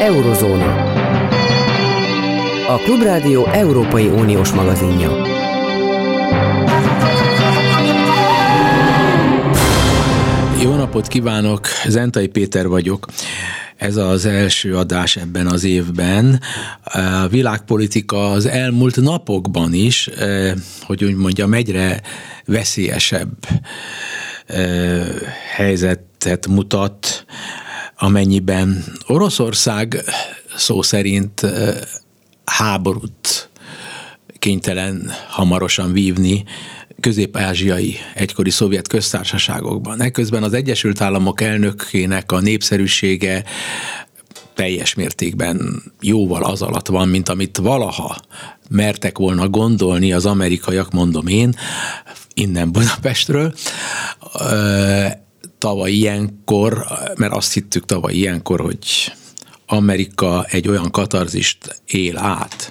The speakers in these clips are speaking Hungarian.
Eurozóna. A Klubrádió Európai Uniós magazinja. Jó napot kívánok, Zentai Péter vagyok. Ez az első adás ebben az évben. A világpolitika az elmúlt napokban is, hogy úgy mondjam, egyre veszélyesebb helyzetet mutat, amennyiben Oroszország szó szerint háborút kénytelen hamarosan vívni közép-ázsiai egykori szovjet köztársaságokban. Ekközben az Egyesült Államok elnökének a népszerűsége teljes mértékben jóval az alatt van, mint amit valaha mertek volna gondolni az amerikaiak, mondom én, innen Budapestről. Tavaly ilyenkor, mert azt hittük tavaly ilyenkor, hogy Amerika egy olyan katarzist él át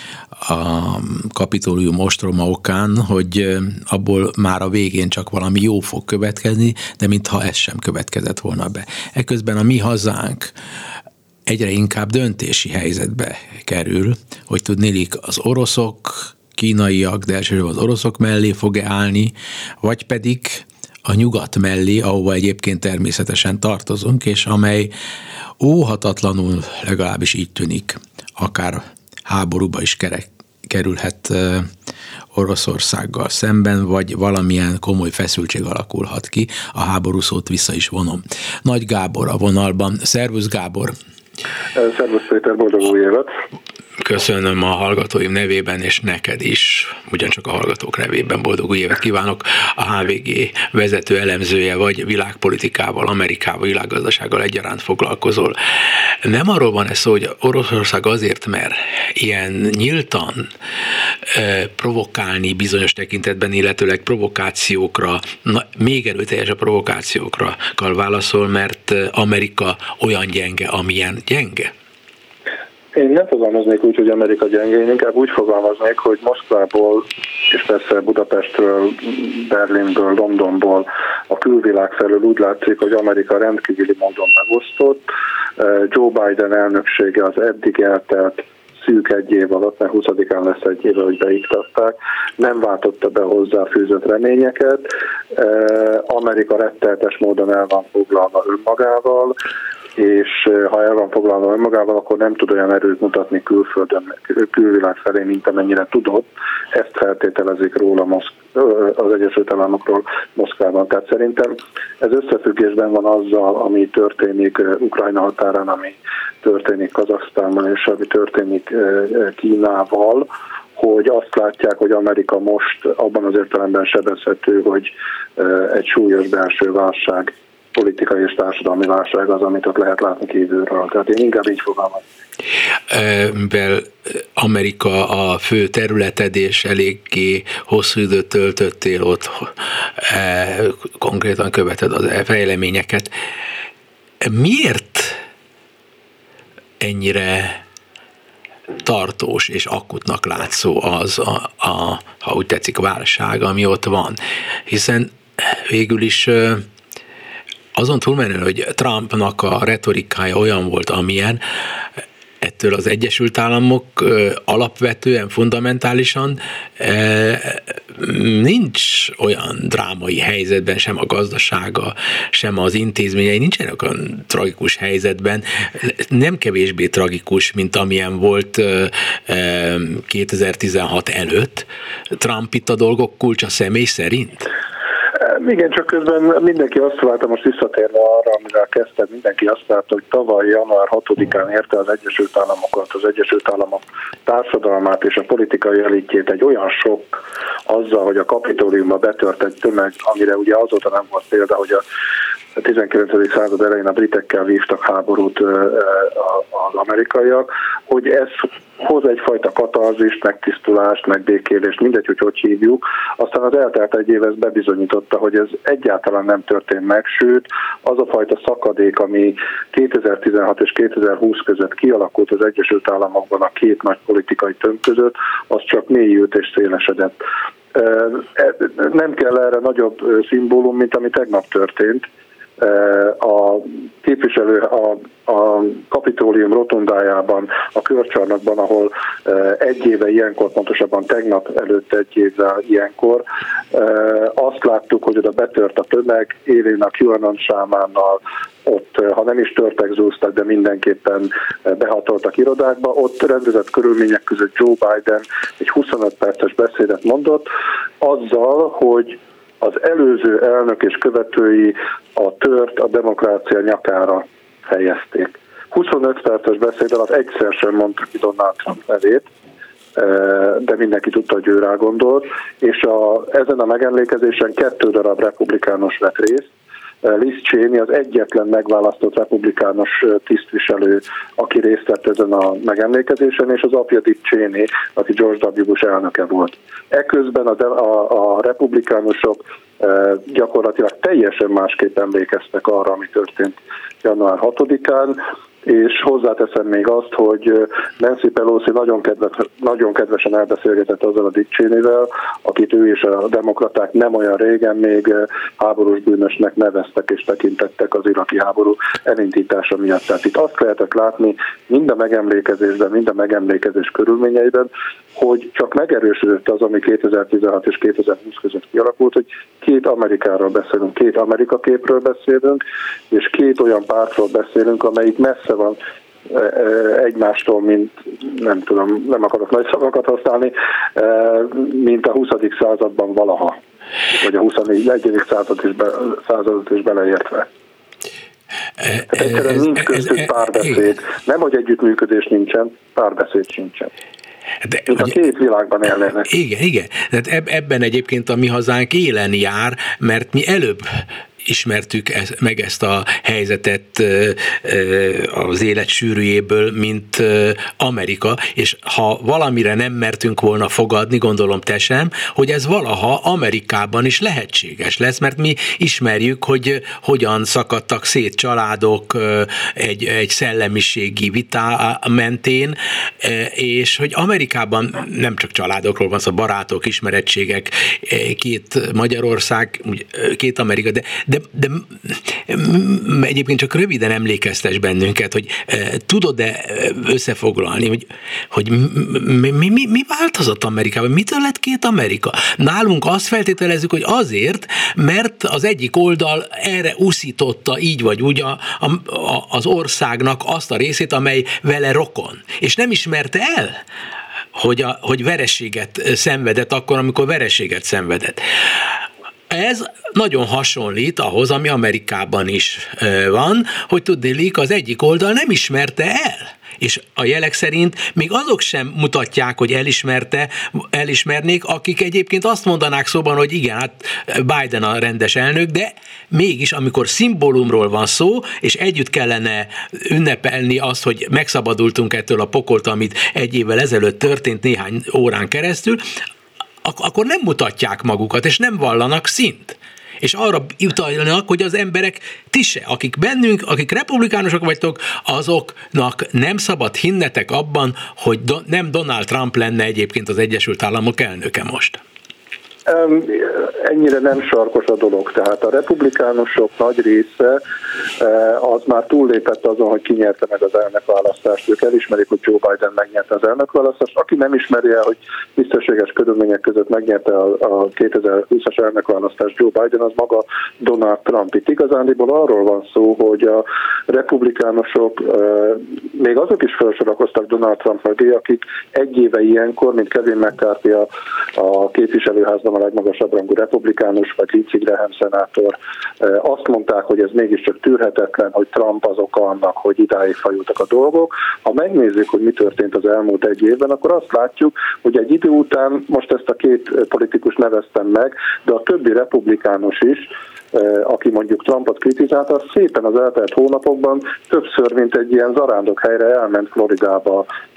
a Kapitolium ostroma okán, hogy abból már a végén csak valami jó fog következni, de mintha ez sem következett volna be. Ekközben a mi hazánk egyre inkább döntési helyzetbe kerül, hogy tudnélik az oroszok, kínaiak, de elsősorban az oroszok mellé fog-e állni, vagy pedig a nyugat mellé, ahova egyébként természetesen tartozunk, és amely óhatatlanul, legalábbis így tűnik, akár háborúba is kerülhet Oroszországgal szemben, vagy valamilyen komoly feszültség alakulhat ki. A háború szót vissza is vonom. Nagy Gábor a vonalban. Szervusz, Gábor! Szervusz, Péter, boldog új évet! Köszönöm a hallgatóim nevében, és neked is, ugyancsak a hallgatók nevében boldog új évet kívánok. A HVG vezető elemzője vagy, világpolitikával, Amerikával, világgazdasággal egyaránt foglalkozol. Nem arról van ez szó, hogy Oroszország azért mer ilyen nyíltan provokálni bizonyos tekintetben, illetőleg provokációkra, még erőteljesebb provokációkra válaszol, mert Amerika olyan gyenge, amilyen gyenge? Én nem fogalmaznék úgy, hogy Amerika gyenge, én inkább úgy fogalmaznék, hogy Moszkvából, és persze Budapestről, Berlinből, Londonból, a külvilág felől úgy látszik, hogy Amerika rendkívüli módon megosztott. Joe Biden elnöksége az eddig eltelt szűk egy év alatt, mert 20-án lesz egy éve, hogy beiktatták, nem váltotta be hozzá fűzött reményeket. Amerika rettenetes módon el van foglalva önmagával, és ha el van foglalva önmagával, akkor nem tud olyan erőt mutatni külföldön, külvilág felé, mint amennyire tudott. Ezt feltételezik róla az Egyesült Államokról Moszkvában. Tehát szerintem ez összefüggésben van azzal, ami történik Ukrajna határán, ami történik Kazaksztánban, és ami történik Kínával, hogy azt látják, hogy Amerika most abban az értelemben sebezhető, hogy egy súlyos belső válság, politikai és társadalmi válság az, amit ott lehet látni kívülről. Tehát én inkább így fogalmazom. Mivel Amerika a fő területed, és eléggé hosszú időt töltöttél ott, konkrétan követed az fejleményeket. Miért ennyire tartós és akutnak látszó az, ha úgy tetszik, válság, ami ott van? Hiszen végül is azon túlmenően, hogy Trumpnak a retorikája olyan volt, amilyen, ettől az Egyesült Államok alapvetően, fundamentálisan nincs olyan drámai helyzetben, sem a gazdasága, sem az intézményei, nincsenek olyan tragikus helyzetben, nem kevésbé tragikus, mint amilyen volt 2016 előtt. Trump itt a dolgok kulcsa személy szerint? Igen, csak közben mindenki azt várta, most visszatérve arra, amivel kezdtem, mindenki azt várta, hogy tavaly január 6-án érte az Egyesült Államokat, az Egyesült Államok társadalmát és a politikai elitjét egy olyan sok azzal, hogy a Kapitoliumba betört egy tömeg, amire ugye azóta nem volt példa, hogy a 19. század elején a britekkel vívtak háborút az amerikaiak, hogy ez hoz egyfajta katarzist, megtisztulást, megbékélést, mindegy, hogy hívjuk. Aztán az eltelt egy év ez bebizonyította, hogy ez egyáltalán nem történt meg, sőt, az a fajta szakadék, ami 2016 és 2020 között kialakult az Egyesült Államokban a két nagy politikai tömb között, az csak mélyült és szélesedett. Nem kell erre nagyobb szimbólum, mint ami tegnap történt, a képviselő a Kapitólium rotondájában, a körcsarnokban, ahol egy éve ilyenkor, pontosabban tegnap előtt egy évvel ilyenkor, azt láttuk, hogy oda betört a tömeg, élén a QAnon sámánnal, ott, ha nem is törtek, zúztak, de mindenképpen behatoltak irodákba. Ott rendezett körülmények között Joe Biden egy 25 perces beszédet mondott, azzal, hogy az előző elnök és követői a tört a demokrácia nyakára helyezték. 25 perces beszéd alatt egyszer sem mondta ki Donald Trump nevét, de mindenki tudta, hogy ő rá gondolt, és ezen a megemlékezésen 2 darab republikánus vett részt. Liz Cheney az egyetlen megválasztott republikánus tisztviselő, aki részt vett ezen a megemlékezésen, és az apja Dick Cheney, aki George W. Bush elnöke volt. Eközben a republikánusok gyakorlatilag teljesen másképp emlékeztek arra, ami történt január 6-án, és hozzáteszem még azt, hogy Nancy Pelosi nagyon kedvesen elbeszélgetett azzal a Dick Cheneyvel, akit ő és a demokraták nem olyan régen még háborús bűnösnek neveztek és tekintettek az iraki háború elindítása miatt. Tehát itt azt lehetett látni mind a megemlékezésben, mind a megemlékezés körülményeiben, hogy csak megerősödött az, ami 2016 és 2020 között kialakult, hogy 2 Amerikáról beszélünk, 2 Amerika képről beszélünk, és 2 olyan pártról beszélünk, amelyik messze van egymástól, mint nem tudom, nem akarok nagy szavakat használni, mint a 20. században valaha, vagy a 21. századot is beleértve. Egyszerűen nincs köztük párbeszéd. Nem, hogy együttműködés nincsen, párbeszéd sincsen. Mint a 2 világban élnének. Igen. Tehát ebben egyébként a mi hazánk élen jár, mert mi előbb ismertük meg ezt a helyzetet az élet sűrűjéből, mint Amerika, és ha valamire nem mertünk volna fogadni, gondolom te sem, hogy ez valaha Amerikában is lehetséges lesz, mert mi ismerjük, hogy hogyan szakadtak szét családok egy szellemiségi vitá mentén, és hogy Amerikában nem csak családokról van szó, barátok, ismerettségek, 2 Magyarország, 2 Amerika, de egyébként csak röviden emlékeztes bennünket, hogy tudod-e összefoglalni, hogy mi változott Amerikában? Mitől lett 2 Amerika? Nálunk azt feltételezzük, hogy azért, mert az egyik oldal erre uszította így vagy úgy az országnak azt a részét, amely vele rokon. És nem ismerte el, hogy vereséget szenvedett akkor, amikor vereséget szenvedett. Ez nagyon hasonlít ahhoz, ami Amerikában is van, hogy tudnélik, az egyik oldal nem ismerte el. És a jelek szerint még azok sem mutatják, hogy elismernék, akik egyébként azt mondanák szóban, hogy igen, hát Biden a rendes elnök, de mégis, amikor szimbólumról van szó, és együtt kellene ünnepelni azt, hogy megszabadultunk ettől a pokoltól, amit egy évvel ezelőtt történt néhány órán keresztül, akkor nem mutatják magukat, és nem vallanak szint. És arra utaljanak, hogy az emberek, ti se, akik republikánusok vagytok, azoknak nem szabad hinnetek abban, hogy nem Donald Trump lenne egyébként az Egyesült Államok elnöke most. Ennyire nem sarkos a dolog. Tehát a republikánusok nagy része az már túllépett azon, hogy ki nyerte meg az elnökválasztást. Ők elismerik, hogy Joe Biden megnyerte az elnökválasztást. Aki nem ismeri el, hogy tisztességes körülmények között megnyerte a 2020-as elnökválasztást Joe Biden, az maga Donald Trump. Itt igazándiból arról van szó, hogy a republikánusok, még azok is felsorakoztak Donald Trump mögé, akik egy éve ilyenkor, mint Kevin McCarthy a képviselőházban a legmagasabb rangú republikánus, vagy Lindsey Graham szenátor, azt mondták, hogy ez mégiscsak tűrhetetlen, hogy Trump az oka annak, hogy idáig fajultak a dolgok. Ha megnézzük, hogy mi történt az elmúlt egy évben, akkor azt látjuk, hogy egy idő után, most ezt a 2 politikus neveztem meg, de a többi republikánus is, aki mondjuk Trumpot kritizálta, szépen az eltelt hónapokban többször, mint egy ilyen zarándokhelyre elment Floridába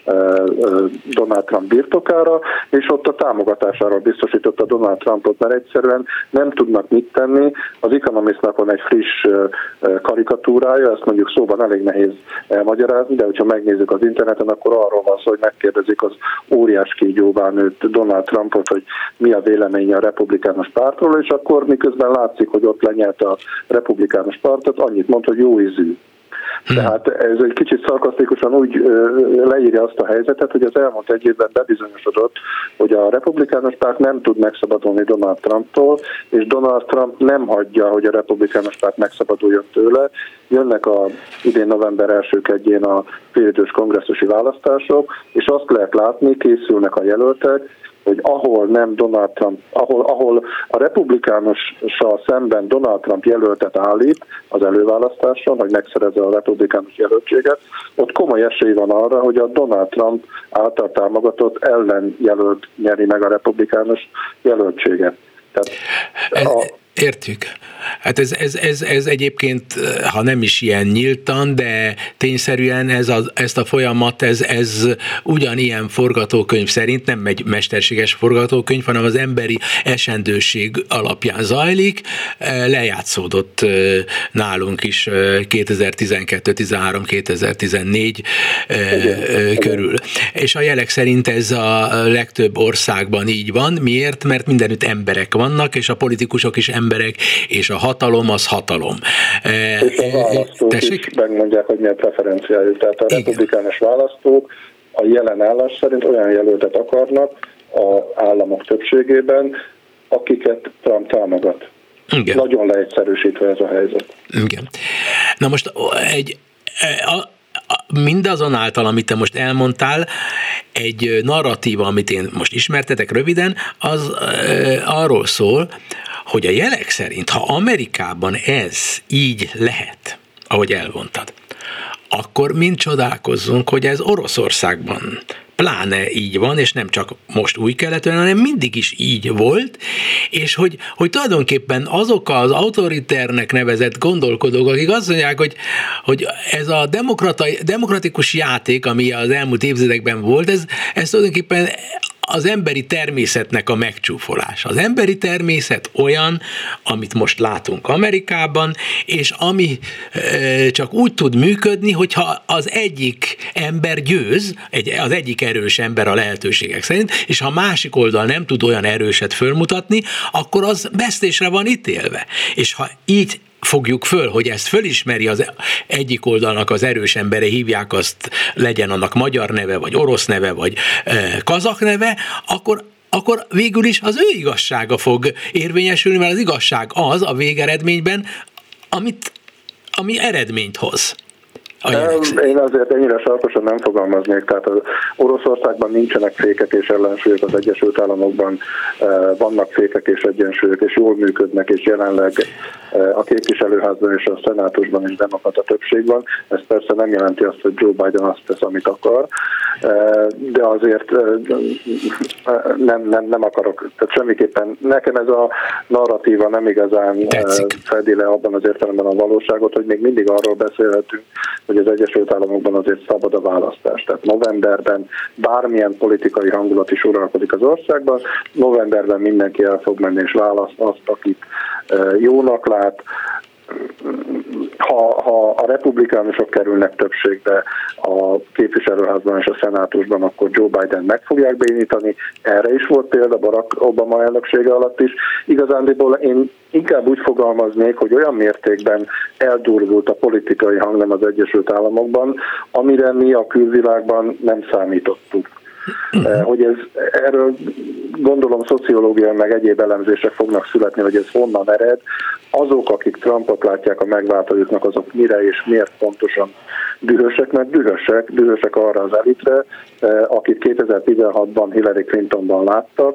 Donald Trump birtokára, és ott a támogatására biztosította Donald Trumpot, mert egyszerűen nem tudnak mit tenni. Az Economistnak van egy friss karikatúrája, ezt mondjuk szóban elég nehéz elmagyarázni, de hogyha megnézzük az interneten, akkor arról van szó, hogy megkérdezik az óriás kígyóvá nőtt Donald Trumpot, hogy mi a véleménye a republikánus pártról, és akkor miközben látszik, hogy ott lenyelte a republikánus pártot, annyit mond, hogy jó ízű. Tehát ez egy kicsit szarkasztikusan úgy leírja azt a helyzetet, hogy az elmúlt egy évben bebizonyosodott, hogy a republikánus párt nem tud megszabadulni Donald Trumptól, és Donald Trump nem hagyja, hogy a republikánus párt megszabaduljon tőle. Jönnek a idén november első kedjén a félidős kongresszusi választások, és azt lehet látni, készülnek a jelöltek, hogy ahol nem Donald Trump, ahol a republikánussal szemben Donald Trump jelöltet állít az előválasztáson, hogy megszerezze a republikánus jelöltséget, ott komoly esély van arra, hogy a Donald Trump által támogatott ellenjelölt nyeri meg a republikánus jelöltséget. Értjük. Hát ez egyébként, ha nem is ilyen nyíltan, de tényszerűen ezt a folyamat, ez ugyanilyen forgatókönyv szerint, nem egy mesterséges forgatókönyv, hanem az emberi esendőség alapján zajlik, lejátszódott nálunk is 2012, 13, 2014 körül. És a jelek szerint ez a legtöbb országban így van. Miért? Mert mindenütt emberek vannak, és a politikusok is emberek, és a hatalom az hatalom. És a választók is megmondják, hogy mi a preferenciájuk. Tehát a republikánus választók a jelen állás szerint olyan jelöltet akarnak az államok többségében, akiket Trump támogat. Igen. Nagyon leegyszerűsítve ez a helyzet. Igen. Na most mindazonáltal, amit te most elmondtál, egy narratíva, amit én most ismertetek röviden, az arról szól, hogy a jelek szerint, ha Amerikában ez így lehet, ahogy elmondtad, akkor mind csodálkozzunk, hogy ez Oroszországban pláne így van, és nem csak most Új-Keleten, hanem mindig is így volt, és hogy tulajdonképpen azok az autoriternek nevezett gondolkodók, akik azt mondják, hogy ez a demokratikus játék, ami az elmúlt évtizedekben volt, ez tulajdonképpen az emberi természetnek a megcsúfolása. Az emberi természet olyan, amit most látunk Amerikában, és ami csak úgy tud működni, hogyha az egyik ember győz, az egyik erős ember a lehetőségek szerint, és ha a másik oldal nem tud olyan erőset fölmutatni, akkor az vesztésre van ítélve. És ha így fogjuk föl, hogy ezt fölismeri az egyik oldalnak az erős embere, hívják azt, legyen annak magyar neve, vagy orosz neve, vagy kazak neve, akkor végül is az ő igazsága fog érvényesülni, mert az igazság az a végeredményben, ami eredményt hoz. Én azért ennyire sarkosan nem fogalmaznék, tehát az Oroszországban nincsenek fékek és ellensúlyok, az Egyesült Államokban vannak fékek és egyensúlyok, és jól működnek, és jelenleg a képviselőházban és a szenátusban is demokrata többség van. Ez persze nem jelenti azt, hogy Joe Biden azt tesz, amit akar, de azért nem akarok, tehát semmiképpen nekem ez a narratíva nem igazán fedi le abban az értelemben a valóságot, hogy még mindig arról beszélhetünk, hogy az Egyesült Államokban azért szabad a választás. Tehát novemberben bármilyen politikai hangulat is uralkodik az országban, novemberben mindenki el fog menni és választ azt, akit jónak lát. Ha a republikánusok kerülnek többségbe a képviselőházban és a szenátusban, akkor Joe Biden meg fogják bénítani. Erre is volt példa Barack Obama elnöksége alatt is. Igazándiból én inkább úgy fogalmaznék, hogy olyan mértékben eldurvult a politikai hangnem az Egyesült Államokban, amire mi a külvilágban nem számítottuk. Hogy erről gondolom szociológiai meg egyéb elemzések fognak születni, hogy ez honnan ered. Azok, akik Trumpot látják a megváltójuknak, azok mire és miért pontosan dühösek, mert dühösek arra az elitre, akit 2016-ban Hillary Clintonban láttak,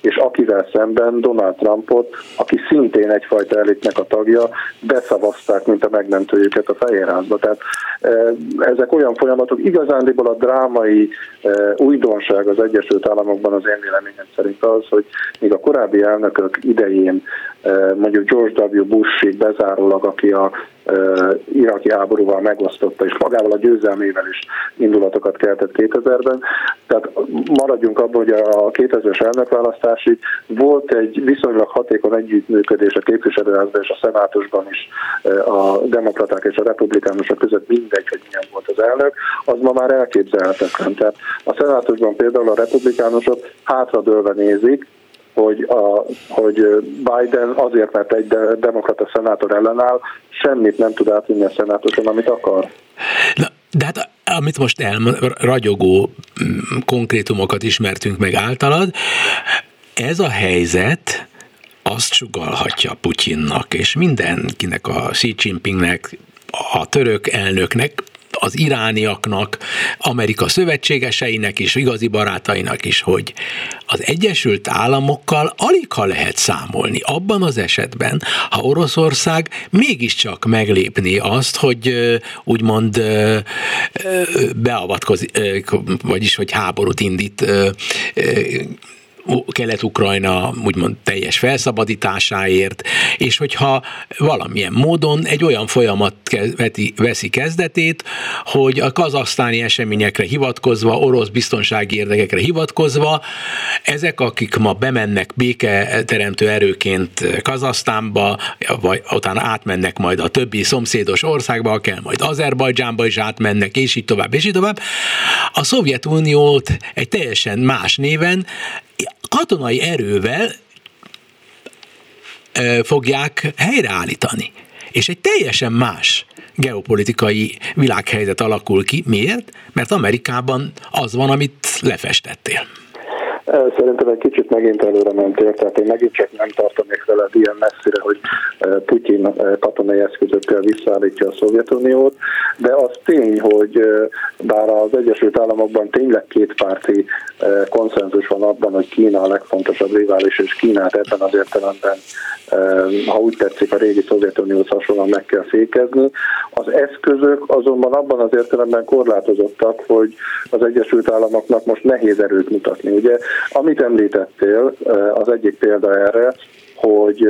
és akivel szemben Donald Trumpot, aki szintén egyfajta elitnek a tagja, beszavazták, mint a megmentőjüket a Fehérházba. Tehát ezek olyan folyamatok, igazándiból a drámai újdonság az Egyesült Államokban az én véleményem szerint az, hogy még a korábbi elnökök idején, mondjuk George W. Bush-ig bezárólag, aki a iraki háborúval megosztotta, és magával a győzelmével is indulatokat keltett 2000-ben. Tehát maradjunk abban, hogy a 2000-es elnökválasztásig volt egy viszonylag hatékony együttműködés a képviselőházban és a szenátusban is a demokraták és a republikánusok között, mindegy, hogy milyen volt az elnök, az ma már elképzelhetetlen. Tehát a szenátusban például a republikánusok hátradőlve nézik, hogy Biden azért, mert egy demokrata szenátor ellenáll, semmit nem tud átvinni a szenátuson, amit akar. Na, de hát amit most ragyogó konkrétumokat ismertünk meg általad, ez a helyzet azt sugallhatja Putyinnak, és mindenkinek, a Xi Jinpingnek, a török elnöknek, az irániaknak, Amerika szövetségeseinek és igazi barátainak is, hogy az Egyesült Államokkal aligha lehet számolni abban az esetben, ha Oroszország mégiscsak meglépné azt, hogy úgymond beavatkozik, vagyis hogy háborút indít Kelet-Ukrajna úgymond teljes felszabadításáért, és hogyha valamilyen módon egy olyan folyamat veszi kezdetét, hogy a kazahsztáni eseményekre hivatkozva, orosz biztonsági érdekekre hivatkozva, ezek, akik ma bemennek béketeremtő erőként Kazahsztánba, vagy utána átmennek majd a többi szomszédos országba, kell majd Azerbajdzsánba is átmennek, és így tovább, és így tovább. A Szovjetuniót egy teljesen más néven katonai erővel fogják helyreállítani. És egy teljesen más geopolitikai világhelyzet alakul ki. Miért? Mert Amerikában az van, amit lefestettél. Szerintem egy kicsit megint előre mentél, tehát én megint csak nem tartanék veled ilyen messzire, hogy Putyin katonai eszközökkel visszaállítja a Szovjetuniót, de az tény, hogy bár az Egyesült Államokban tényleg kétpárti konszenzus van abban, hogy Kína a legfontosabb rivális, és Kínát ebben az értelemben, ha úgy tetszik, a régi Szovjetunióhoz hasonlóan meg kell fékezni. Az eszközök azonban abban az értelemben korlátozottak, hogy az Egyesült Államoknak most nehéz erőt mutatni. Ugye, amit említettél, az egyik példa erre, hogy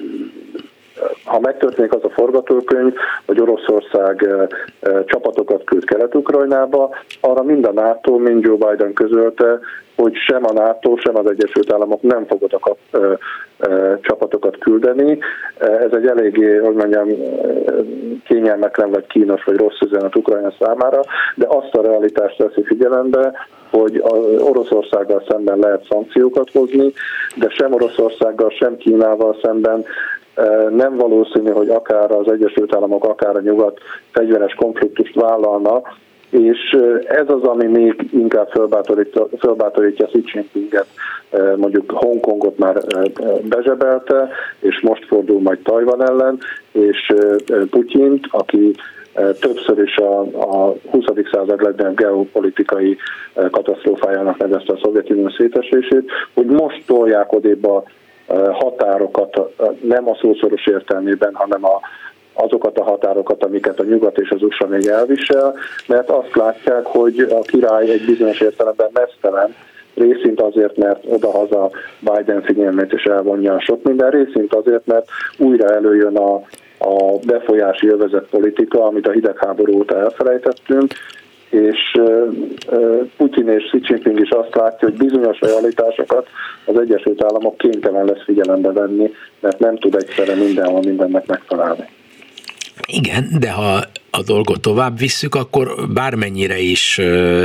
ha megtörténik az a forgatókönyv, hogy Oroszország csapatokat küld Kelet-Ukrajnába, arra mind a NATO, mind Joe Biden közölte, hogy sem a NATO, sem az Egyesült Államok nem fog oda csapatokat küldeni. Ez egy eléggé, hogy mondjam, kényelmetlen, vagy kínos, vagy rossz üzenet Ukrajna számára, de azt a realitást veszi figyelembe, hogy Oroszországgal szemben lehet szankciókat hozni, de sem Oroszországgal, sem Kínával szemben nem valószínű, hogy akár az Egyesült Államok, akár a Nyugat fegyveres konfliktust vállalna, és ez az, ami még inkább fölbátorítja Xi Jinpinget, mondjuk Hongkongot már bezsebelte, és most fordul majd Tajvan ellen, és Putyint, aki többször is a 20. század legnagyobb geopolitikai katasztrófájának nevezte a Szovjetunió szétesését, hogy most tolják odébb a határokat, nem a szószoros értelmében, hanem azokat a határokat, amiket a Nyugat és az USA még elvisel, mert azt látják, hogy a király egy bizonyos értelemben meztelen, részint azért, mert odahaza Biden figyelmét is elvonja sok minden, részint azért, mert újra előjön a befolyási övezet politika, amit a hidegháború óta elfelejtettünk, és Putyin és Xi Jinping is azt látja, hogy bizonyos realitásokat az Egyesült Államok kénytelen lesz figyelembe venni, mert nem tud egyszerre mindenhol mindennek megfelelni. Igen, de ha a dolgot tovább visszük, akkor bármennyire is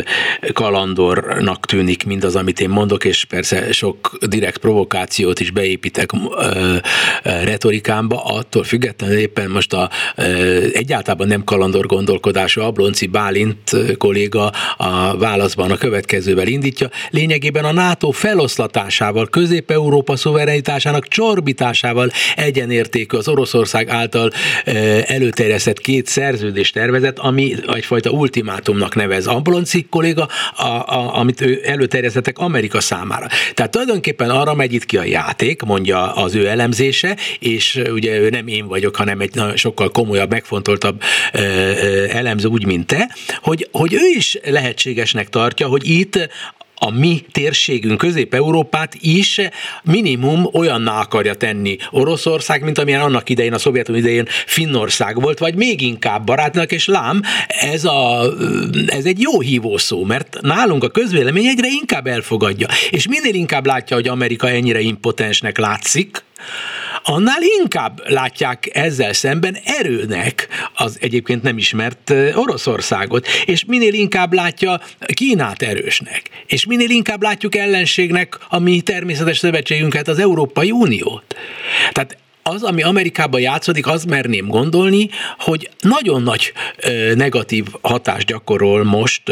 kalandornak tűnik mindaz, amit én mondok, és persze sok direkt provokációt is beépítek retorikámba, attól függetlenül éppen most egyáltalán nem kalandor gondolkodású Ablonci Bálint kolléga a válaszban a következővel indítja. Lényegében a NATO feloszlatásával, Közép-Európa szuverenitásának csorbításával egyenértékű az Oroszország által előterjesztett két szerződés szerződés tervezet, ami egyfajta ultimátumnak nevez. Ablonczy kolléga, amit ő előterjesztettek Amerika számára. Tehát tulajdonképpen arra megy itt ki a játék, mondja az ő elemzése, és ugye ő nem én vagyok, hanem egy sokkal komolyabb, megfontoltabb elemző, úgy, mint te, hogy ő is lehetségesnek tartja, hogy itt a mi térségünk, Közép-Európát is minimum olyanná akarja tenni Oroszország, mint amilyen annak idején, a Szovjetunió idején Finnország volt, vagy még inkább barátnak, és lám, ez egy jó hívószó, mert nálunk a közvélemény egyre inkább elfogadja, és minél inkább látja, hogy Amerika ennyire impotensnek látszik, annál inkább látják ezzel szemben erőnek az egyébként nem ismert Oroszországot, és minél inkább látja Kínát erősnek, és minél inkább látjuk ellenségnek a mi természetes szövetségünket, az Európai Uniót. Tehát az, ami Amerikában játszódik, azt merném gondolni, hogy nagyon nagy negatív hatást gyakorol most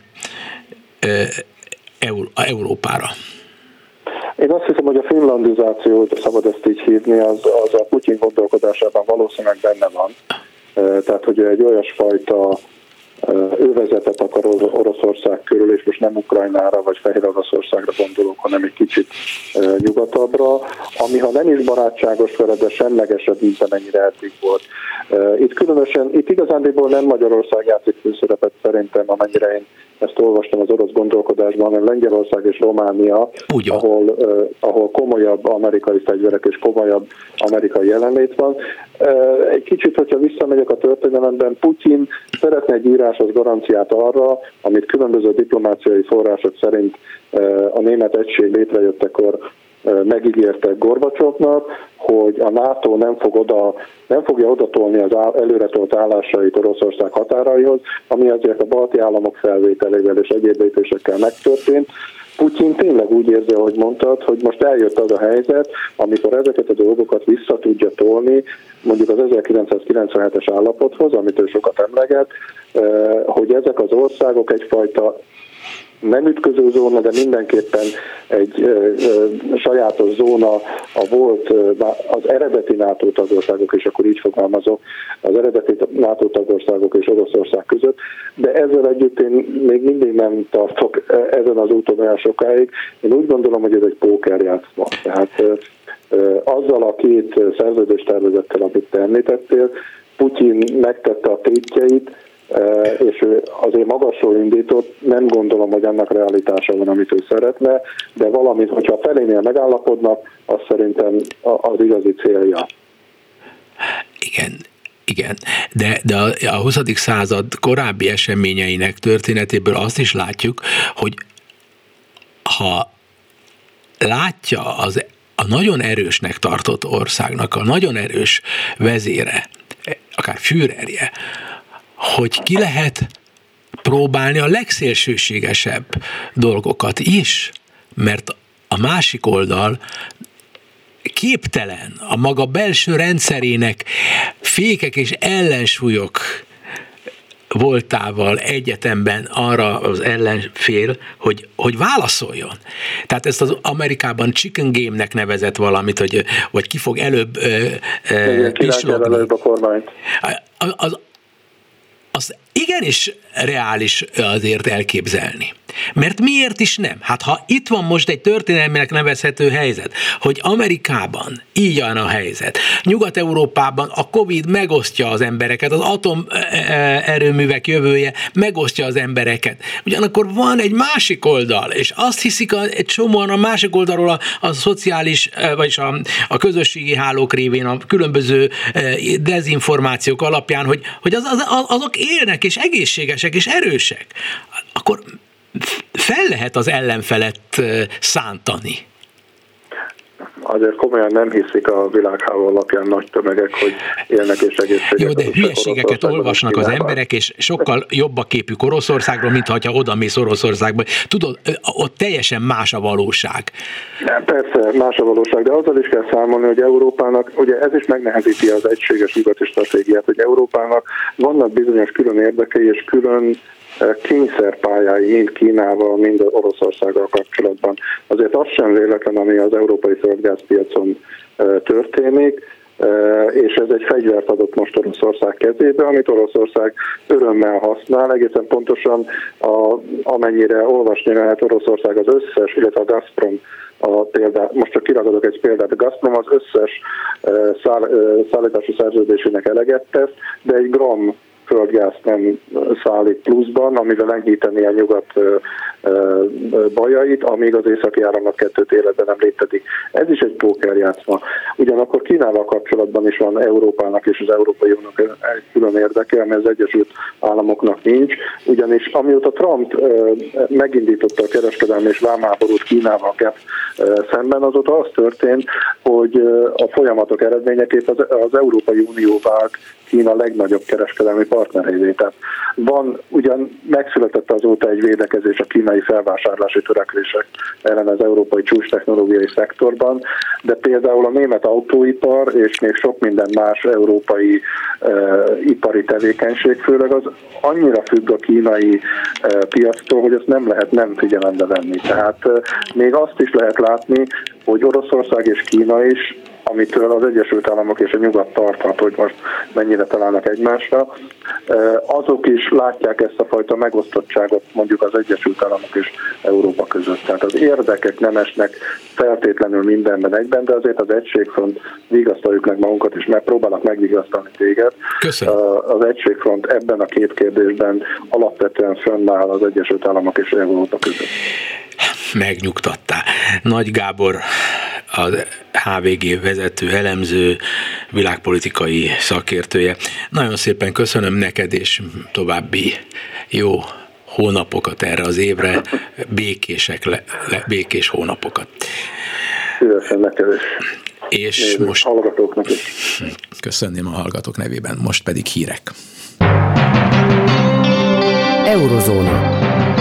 Európára. Én azt hiszem, hogy a finlandizáció, hogy szabad ezt így hívni, az a Putyin gondolkodásában valószínűleg benne van. Tehát, hogy egy olyasfajta övezetet akar Oroszország körül, és most nem Ukrajnára vagy Fehér Oroszországra gondolok, hanem egy kicsit nyugatabbra, ami ha nem is barátságos vele, de semlegesebb, mint amennyire eddig volt. Itt igazándiból nem Magyarország játszik főszerepet szerintem, amennyire én ezt olvastam az orosz gondolkodásban, hanem Lengyelország és Románia, ahol komolyabb amerikai fegyverek és komolyabb amerikai jelenlét van. Egy kicsit, hogyha visszamegyek a történelemben, Putyin szeretne egy írásos garanciát arra, amit különböző diplomáciai források szerint a német egység létrejöttekor megígértek Gorbacsovnak, hogy a NATO nem fogja odatolni az előretolt állásait Oroszország határaihoz, ami azért a balti államok felvételével és egyéb lépésekkel megtörtént. Putyin tényleg úgy érzi, ahogy mondtad, hogy most eljött az a helyzet, amikor ezeket a dolgokat vissza tudja tolni, mondjuk az 1997-es állapothoz, amit ő sokat emleget, hogy ezek az országok egyfajta nem ütköző zóna, de mindenképpen egy sajátos zóna az eredeti NATO tagországok, és akkor így fogalmazok, az eredeti NATO tagországok és Oroszország között, de ezzel együtt én még mindig nem tartok ezen az úton olyan sokáig. Én úgy gondolom, hogy ez egy pókerjátszma. Tehát azzal a két szerződéstervezettel, amit te említettél, Putyin megtette a tétjeit, és ő azért magasról indított, nem gondolom, hogy annak realitása van, amit ő szeretne, de valamit, hogyha a felénél megállapodnak, az szerintem az igazi célja. Igen, de a 20. század korábbi eseményeinek történetéből azt is látjuk, hogy ha látja a nagyon erősnek tartott országnak a nagyon erős vezére, akár Führerje, hogy ki lehet próbálni a legszélsőségesebb dolgokat is, mert a másik oldal képtelen a maga belső rendszerének fékek és ellensúlyok voltával egyetemben arra az ellenfél, hogy válaszoljon. Tehát ezt az Amerikában chicken game-nek nevezett valamit, vagy ki fog előbb pislogni. Előbb a kormányt. Az igenis reális azért elképzelni. Mert miért is nem? Hát ha itt van most egy történelmileg nevezhető helyzet, hogy Amerikában így van a helyzet, Nyugat-Európában a Covid megosztja az embereket, az atomerőművek jövője megosztja az embereket. Ugyanakkor van egy másik oldal, és azt hiszik egy csomóan a másik oldalról a szociális, vagyis a közösségi hálók révén, a különböző dezinformációk alapján, hogy azok élnek, és egészségesek, és erősek. Akkor fel lehet az ellenfelet szántani. Azért komolyan nem hiszik a világháború alapján nagy tömegek, hogy élnek és egészségesek. Jó, de hülyeségeket olvasnak az emberek, és sokkal jobb a képük Oroszországról, mint ha oda mész Oroszországba. Tudod, ott teljesen más a valóság. Persze, más a valóság, de azzal is kell számolni, hogy Európának, ugye ez is megnehezíti az egységes nyugati stratégiát, hogy Európának vannak bizonyos külön érdekei és külön kényszerpályái mind Kínával, mind Oroszországgal kapcsolatban. Azért az sem véletlen, ami az európai földgázpiacon történik. és ez egy fegyvert adott most Oroszország kezébe, amit Oroszország örömmel használ, egészen pontosan amennyire olvasni lehet, Oroszország az összes, illetve a Gazprom, most csak kiragadok egy példát, a Gazprom az összes szállítási szerződésének eleget tesz, de egy gram földgázt nem szállít pluszban, amivel enyhíteni a nyugat bajait, amíg az északi áramlat 2 életben nem létezik. Ez is egy pókerjátszma. Ugyanakkor Kínával kapcsolatban is van Európának és az Európai Uniónak egy külön érdeke, ami az Egyesült Államoknak nincs, ugyanis amióta Trump megindította a kereskedelmi és vámháborút Kínával szemben, azóta az történt, hogy a folyamatok eredményeképp az Európai Unió vált Kína legnagyobb kereskedelmi partnerévé. Tehát ugyan megszületett azóta egy védekezés a kínai felvásárlási törekvések ellen az európai csúcstechnológiai szektorban, de például a német autóipar és még sok minden más európai ipari tevékenység, főleg az annyira függ a kínai piactól, hogy ezt nem lehet nem figyelembe venni. Tehát még azt is lehet látni, hogy Oroszország és Kína is, amitől az Egyesült Államok és a nyugat tarthat, hogy most mennyire találnak egymásra, azok is látják ezt a fajta megosztottságot mondjuk az Egyesült Államok és Európa között. Tehát az érdekek nem esnek feltétlenül mindenben egyben, de azért az Egységfront, vigasztaljuk meg magunkat, és megpróbálnak megvigasztalni téged. Köszönöm. Az Egységfront ebben a 2 kérdésben alapvetően fönnáll az Egyesült Államok és Európa között. Megnyugtattál. Nagy Gábor, a HVG vezető, elemző, világpolitikai szakértője. Nagyon szépen köszönöm neked, és további jó hónapokat erre az évre, békés hónapokat. Szívesen neked is. És most hallgatóknak is. Köszönném a hallgatók nevében, most pedig hírek. Eurozóna.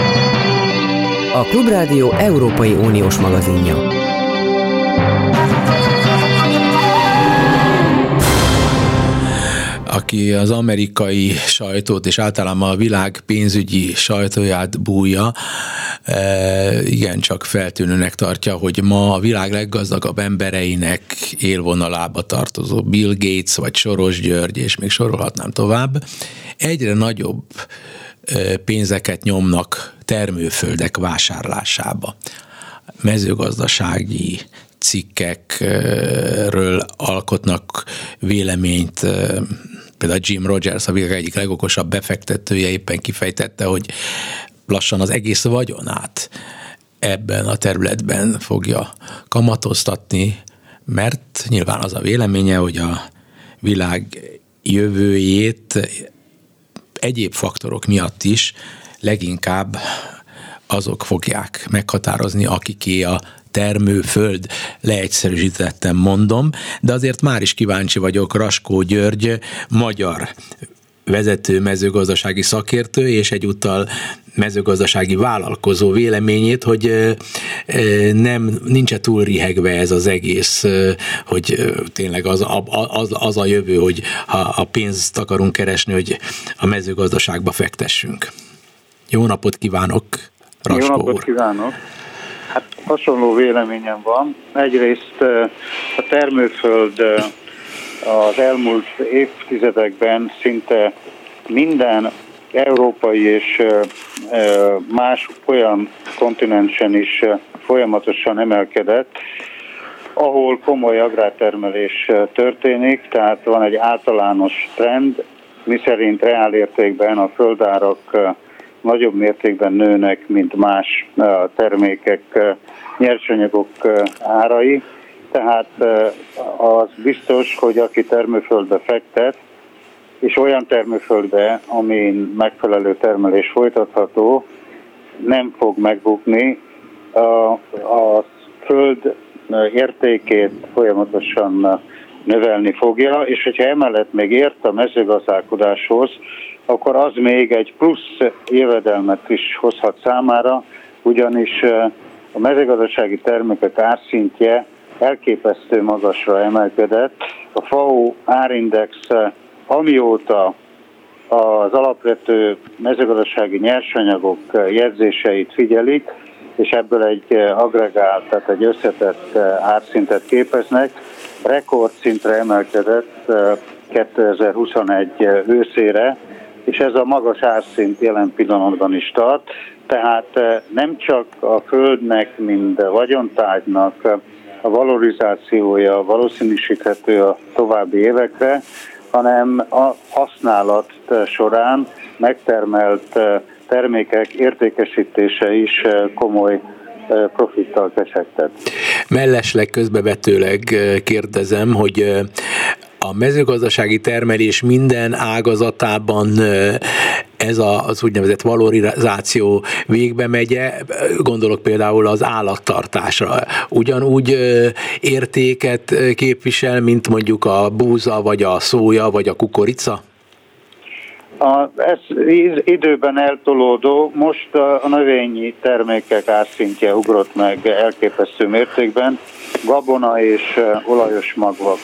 A Klubrádió Európai Uniós magazinja. Aki az amerikai sajtót és általában a világ pénzügyi sajtóját bújja, igencsak feltűnőnek tartja, hogy ma a világ leggazdagabb embereinek élvonalába tartozó Bill Gates vagy Soros György, és még sorolhatnám tovább, egyre nagyobb pénzeket nyomnak termőföldek vásárlásába. Mezőgazdasági cikkekről alkotnak véleményt, például Jim Rogers, a világ egyik legokosabb befektetője éppen kifejtette, hogy lassan az egész vagyonát ebben a területben fogja kamatoztatni, mert nyilván az a véleménye, hogy a világ jövőjét egyéb faktorok miatt is leginkább azok fogják meghatározni, akiké a termőföld, leegyszerűsítettem mondom, de azért már is kíváncsi vagyok Raskó György, magyar vezető mezőgazdasági szakértő, és egyúttal mezőgazdasági vállalkozó véleményét, hogy nincs túl rihegve ez az egész, hogy tényleg az a jövő, hogy ha a pénzt akarunk keresni, hogy a mezőgazdaságba fektessünk. Jó napot kívánok, Raskó úr! Jó napot kívánok! Hát hasonló véleményem van. Egyrészt a termőföld az elmúlt évtizedekben szinte minden európai és más olyan kontinensen is folyamatosan emelkedett, ahol komoly agrártermelés történik, tehát van egy általános trend, miszerint reálértékben a földárak nagyobb mértékben nőnek, mint más termékek, nyersanyagok árai. Tehát az biztos, hogy aki termőföldbe fektet, és olyan termőföldbe, amin megfelelő termelés folytatható, nem fog megbukni. A föld értékét folyamatosan növelni fogja, és hogyha emellett még ért a mezőgazdálkodáshoz, akkor az még egy plusz jövedelmet is hozhat számára, ugyanis a mezőgazdasági termékek árszintje elképesztő magasra emelkedett. A FAO árindex, amióta az alapvető mezőgazdasági nyersanyagok jegyzéseit figyelik, és ebből egy agregált, tehát egy összetett árszintet képeznek. Rekordszintre emelkedett 2021 őszére, és ez a magas árszint jelen pillanatban is tart, tehát nem csak a földnek, mint vagyontárgynak a valorizációja valószínűsíthető a további évekre, hanem a használat során megtermelt termékek értékesítése is komoly profittal kecsegtet. Mellesleg közbevetőleg kérdezem, hogy a mezőgazdasági termelés minden ágazatában ez az úgynevezett valorizáció végbe megye, gondolok például az állattartásra. Ugyanúgy értéket képvisel, mint mondjuk a búza, vagy a szója, vagy a kukorica? Ez időben eltolódó, most a növényi termékek árszintje ugrott meg elképesztő mértékben, gabona és olajos magvak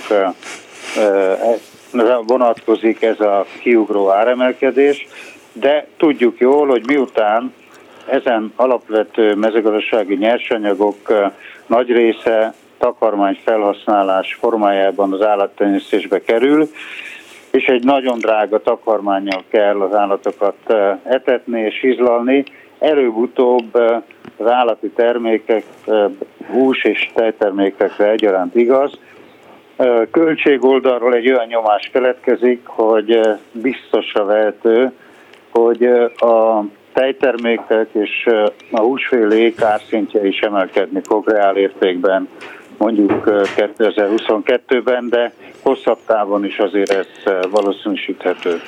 vonatkozik ez a kiugró áremelkedés, de tudjuk jól, hogy miután ezen alapvető mezőgazdasági nyersanyagok nagy része takarmány felhasználás formájában az állattenyésztésbe kerül, és egy nagyon drága takarmánnyal kell az állatokat etetni és hizlalni, előbb-utóbb az állati termékek, hús és tejtermékekre egyaránt igaz. Költségoldalról egy olyan nyomás keletkezik, hogy biztosra vehető, hogy a tejtermékek és a húsfélék árszintje is emelkedni fog reál értékben, mondjuk 2022-ben, de hosszabb távon is azért ez valószínűsíthető.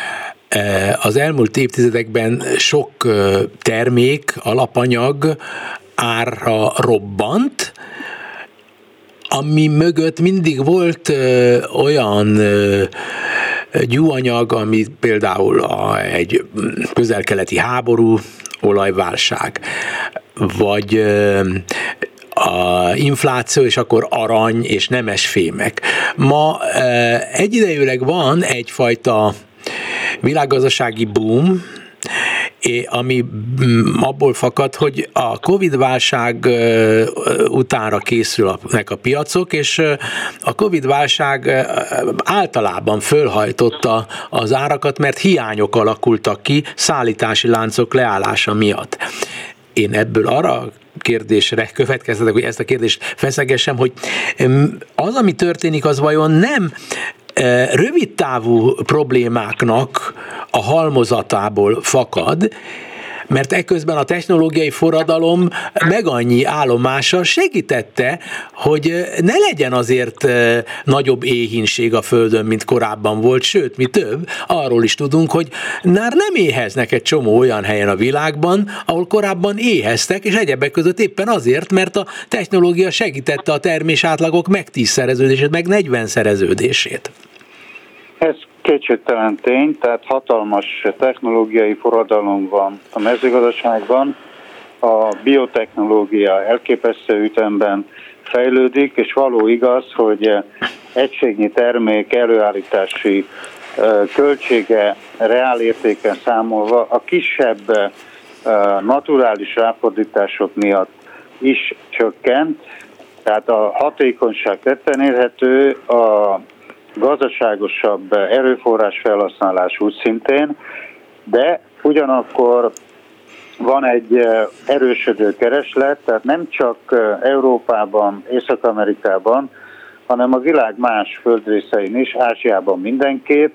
Az elmúlt évtizedekben sok termék, alapanyag ára robbant, ami mögött mindig volt olyan gyúanyag, ami például egy közel-keleti háború, olajválság, vagy a infláció, és akkor arany és nemesfémek. Ma egyidejűleg van egyfajta világgazdasági boom, ami abból fakad, hogy a Covid-válság utánra készülnek a piacok, és a Covid-válság általában fölhajtotta az árakat, mert hiányok alakultak ki szállítási láncok leállása miatt. Én ebből arra kérdésre következtetek, hogy ezt a kérdést feszegessem, hogy az, ami történik, az vajon nem rövidtávú problémáknak a halmozatából fakad, mert eközben a technológiai forradalom meg annyi állomással segítette, hogy ne legyen azért nagyobb éhínség a Földön, mint korábban volt, sőt, mi több, arról is tudunk, hogy már nem éheznek egy csomó olyan helyen a világban, ahol korábban éheztek, és egyebek között éppen azért, mert a technológia segítette a termésátlagok meg 10-szereződését, meg 40-szereződését. Ez kétségtelen tény, tehát hatalmas technológiai forradalom van a mezőgazdaságban, a biotechnológia elképesztő ütemben fejlődik, és való igaz, hogy egységnyi termék előállítási költsége reálértéken számolva a kisebb naturális ráfordítások miatt is csökkent, tehát a hatékonyság tetten érhető, a gazdaságosabb erőforrás felhasználás úgy szintén, de ugyanakkor van egy erősödő kereslet, tehát nem csak Európában, Észak-Amerikában, hanem a világ más földrészein is, Ázsiában mindenképp.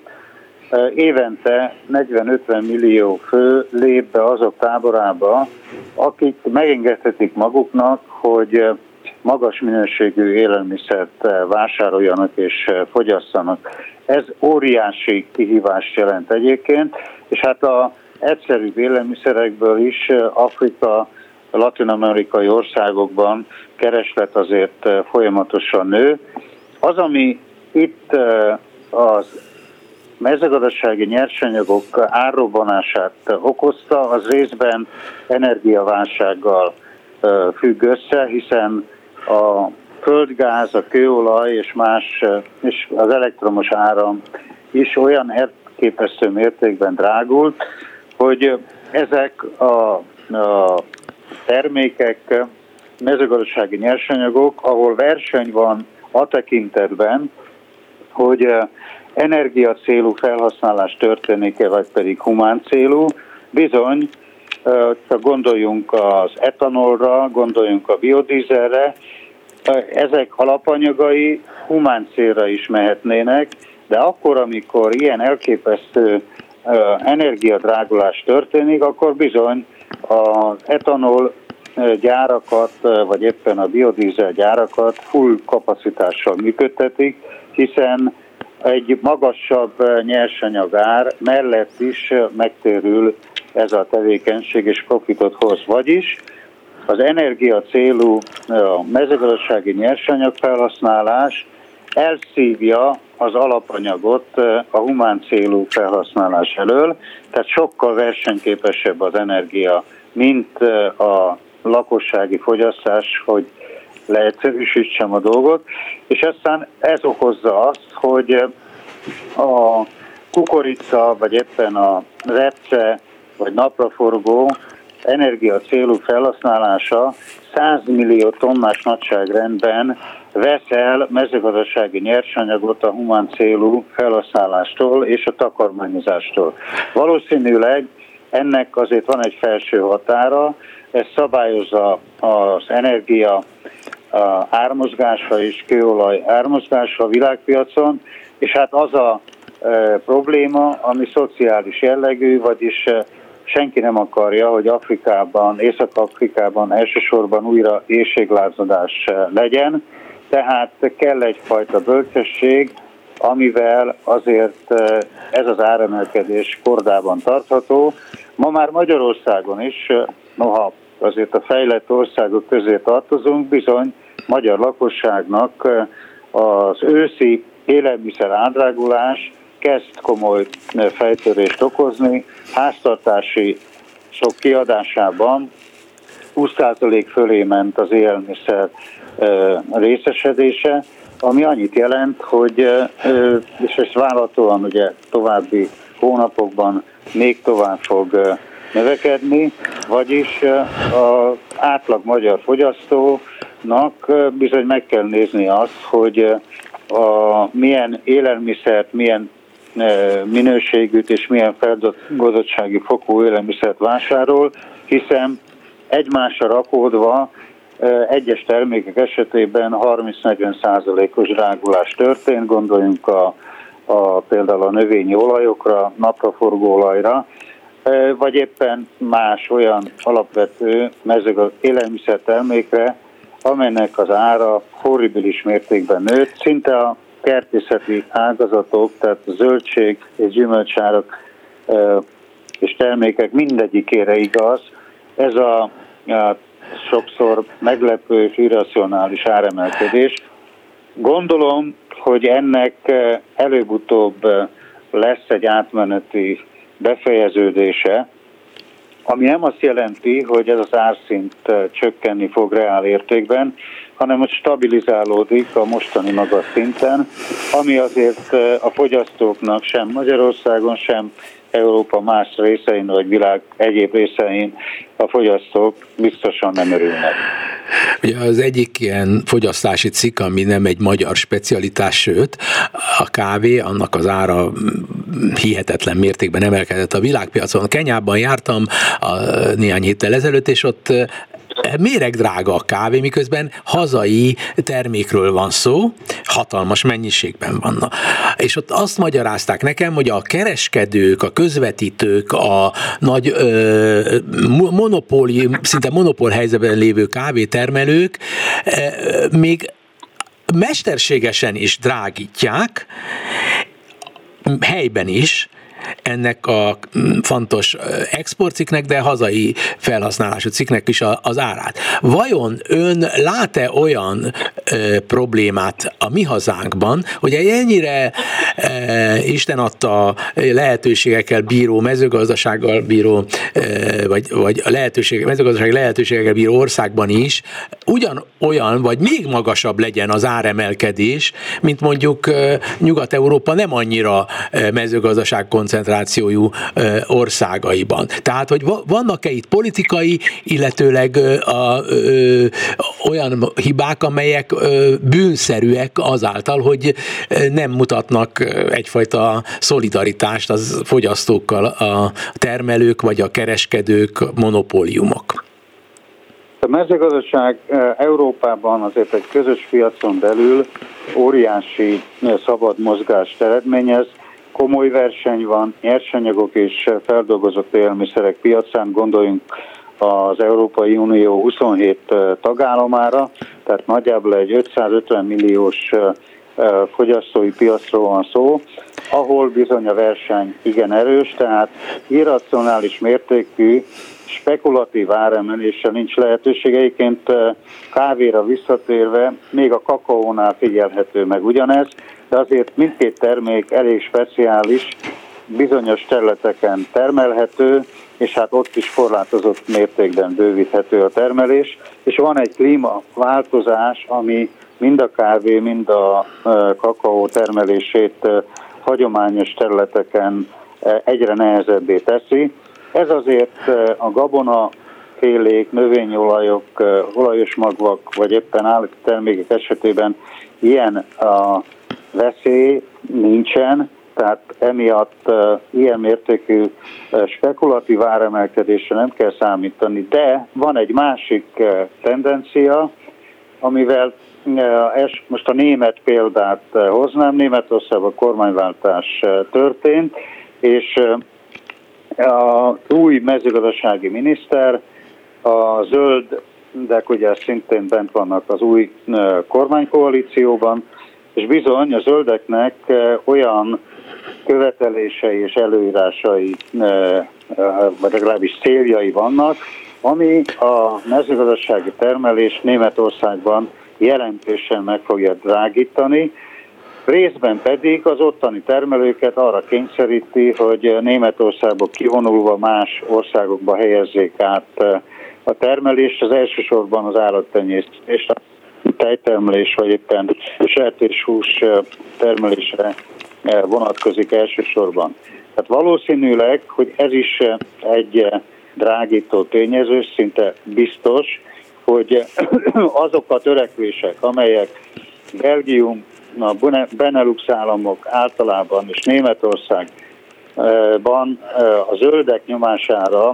Évente 40-50 millió fő lép be azok táborába, akik megengedhetik maguknak, hogy magas minőségű élelmiszert vásároljanak és fogyasszanak. Ez óriási kihívást jelent egyébként, és hát az egyszerűbb élelmiszerekből is Afrika, latin-amerikai országokban kereslet azért folyamatosan nő. Az, ami itt az mezőgazdasági nyersanyagok árrobbanását okozta, az részben energiaválsággal függ össze, hiszen a földgáz, a kőolaj és más, és az elektromos áram is olyan elképesztő mértékben drágult, hogy ezek a termékek, mezőgazdasági nyersanyagok, ahol verseny van a tekintetben, hogy energiacélú felhasználás történik-e, vagy pedig humán célú. Bizony, csak gondoljunk az etanolra, gondoljunk a biodízelre, ezek alapanyagai humán célra is mehetnének, de akkor, amikor ilyen elképesztő energiadrágulás történik, akkor bizony az etanol gyárakat, vagy éppen a biodízel gyárakat full kapacitással működtetik, hiszen egy magasabb nyersanyagár mellett is megtérül ez a tevékenység és profitot hoz. Vagyis az energia célú mezőgazdasági nyersanyag felhasználás elszívja az alapanyagot a humán célú felhasználás elől, tehát sokkal versenyképesebb az energia, mint a lakossági fogyasztás, hogy leegyszerűsítsem a dolgot, és aztán ez okozza azt, hogy a kukorica, vagy éppen a repce, vagy napraforgó energia célú felhasználása 100 millió tonnás nagyságrendben vesz el mezőgazdasági nyersanyagot a humán célú felhasználástól és a takarmányozástól. Valószínűleg ennek azért van egy felső határa, ez szabályozza az energia ármozgása és kőolaj ármozgása a világpiacon, és hát az a probléma, ami szociális jellegű, vagyis senki nem akarja, hogy Afrikában, Észak-Afrikában elsősorban újra éhséglázadás legyen, tehát kell egyfajta bölcsesség, amivel azért ez az áremelkedés kordában tartható. Ma már Magyarországon is, noha azért a fejlett országok közé tartozunk, bizony magyar lakosságnak az őszi élelmiszer áldrágulás kezd komoly fejtörést okozni. Háztartási sok kiadásában 20% fölé ment az élelmiszer részesedése, ami annyit jelent, hogy, és ez várhatóan ugye további hónapokban még tovább fog növekedni, vagyis az átlag magyar fogyasztónak bizony meg kell nézni azt, hogy milyen élelmiszert, milyen minőségűt és milyen feldolgozottsági fokú élelmiszert vásárol, hiszen egymásra rakódva egyes termékek esetében 30-40%-os drágulás történt, gondoljunk például a növényi olajokra, napraforgóolajra, vagy éppen más olyan alapvető élelmiszertermékekre, amelynek az ára horribilis mértékben nőtt, szinte a kertészeti ágazatok, tehát a zöldség és gyümölcsárak és termékek mindegyikére igaz. Ez a sokszor meglepő és irracionális áremelkedés. Gondolom, hogy ennek előbb-utóbb lesz egy átmeneti befejeződése, ami nem azt jelenti, hogy ez az árszint csökkenni fog reál értékben, hanem hogy stabilizálódik a mostani magas szinten, ami azért a fogyasztóknak sem Magyarországon, sem Európa más részein, vagy világ egyéb részein a fogyasztók biztosan nem örülnek. Ugye az egyik ilyen fogyasztási cikk, ami nem egy magyar specialitás, sőt, a kávé, annak az ára hihetetlen mértékben emelkedett a világpiacon. Kenyában jártam néhány héttel ezelőtt, és ott méregdrága a kávé, miközben hazai termékről van szó, hatalmas mennyiségben vannak. És ott azt magyarázták nekem, hogy a kereskedők, a közvetítők, a nagy szinte monopól helyzetben lévő kávétermelők még mesterségesen is drágítják, helyben is, ennek a fontos exportcikknek, de hazai felhasználású cikknek is az árát. Vajon ön lát-e olyan problémát a mi hazánkban, hogy egy ennyire Isten adta lehetőségekkel bíró, mezőgazdasággal bíró, vagy mezőgazdasági lehetőségekkel bíró országban is ugyanolyan, vagy még magasabb legyen az áremelkedés, mint mondjuk Nyugat-Európa nem annyira mezőgazdaság koncentráló koncentrációjú országaiban. Tehát, hogy vannak-e itt politikai, illetőleg olyan hibák, amelyek bűnszerűek azáltal, hogy nem mutatnak egyfajta szolidaritást az fogyasztókkal a termelők vagy a kereskedők, monopóliumok. A mezőgazdaság Európában azért egy közös piacon belül óriási szabad mozgást eredményez, komoly verseny van, nyersanyagok és feldolgozott élelmiszerek piacán, gondoljunk az Európai Unió 27 tagállamára, tehát nagyjából egy 550 milliós fogyasztói piacról van szó, ahol bizony a verseny igen erős, tehát irracionális mértékű, spekulatív áremeléssel nincs lehetőség. Egyébként kávéra visszatérve, még a kakaónál figyelhető meg ugyanez, de azért mindkét termék elég speciális, bizonyos területeken termelhető, és hát ott is korlátozott mértékben bővíthető a termelés, és van egy klímaváltozás, ami mind a kávé, mind a kakaó termelését hagyományos területeken egyre nehezebbé teszi. Ez azért a gabonafélék, növényolajok, olajos magvak, vagy éppen állati termékek esetében ilyen a veszély nincsen, tehát emiatt ilyen mértékű spekulatív áremelkedésre nem kell számítani, de van egy másik tendencia, amivel most a német példát hoznám, Németországban kormányváltás történt, és az új mezőgazdasági miniszter, a zöldek ugye szintén bent vannak az új kormánykoalícióban, és bizony a zöldeknek olyan követelései és előírásai, vagy legalábbis céljai vannak, ami a mezőgazdasági termelés Németországban jelentősen meg fogja drágítani, részben pedig az ottani termelőket arra kényszeríti, hogy Németországból kivonulva más országokba helyezzék át a termelést, az elsősorban az állattenyésztés, a tejtermelés vagy éppen sertéshús termelésre vonatkozik elsősorban. Tehát valószínűleg, hogy ez is egy drágító tényező, szinte biztos, hogy azok a törekvések, amelyek Belgium, a Benelux államok általában és Németországban a zöldek nyomására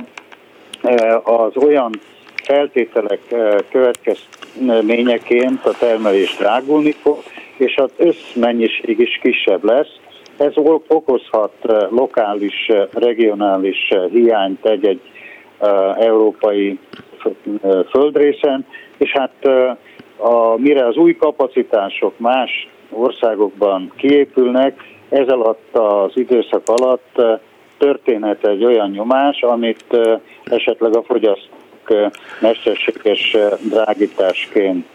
az olyan feltételek következményeként a termelés drágulni fog, és az összmennyiség is kisebb lesz. Ez okozhat lokális, regionális hiányt egy-egy európai földrészen, és hát mire az új kapacitások más országokban kiépülnek, ez alatt az időszak alatt történhet egy olyan nyomás, amit esetleg a fogyasztók mesterséges drágításként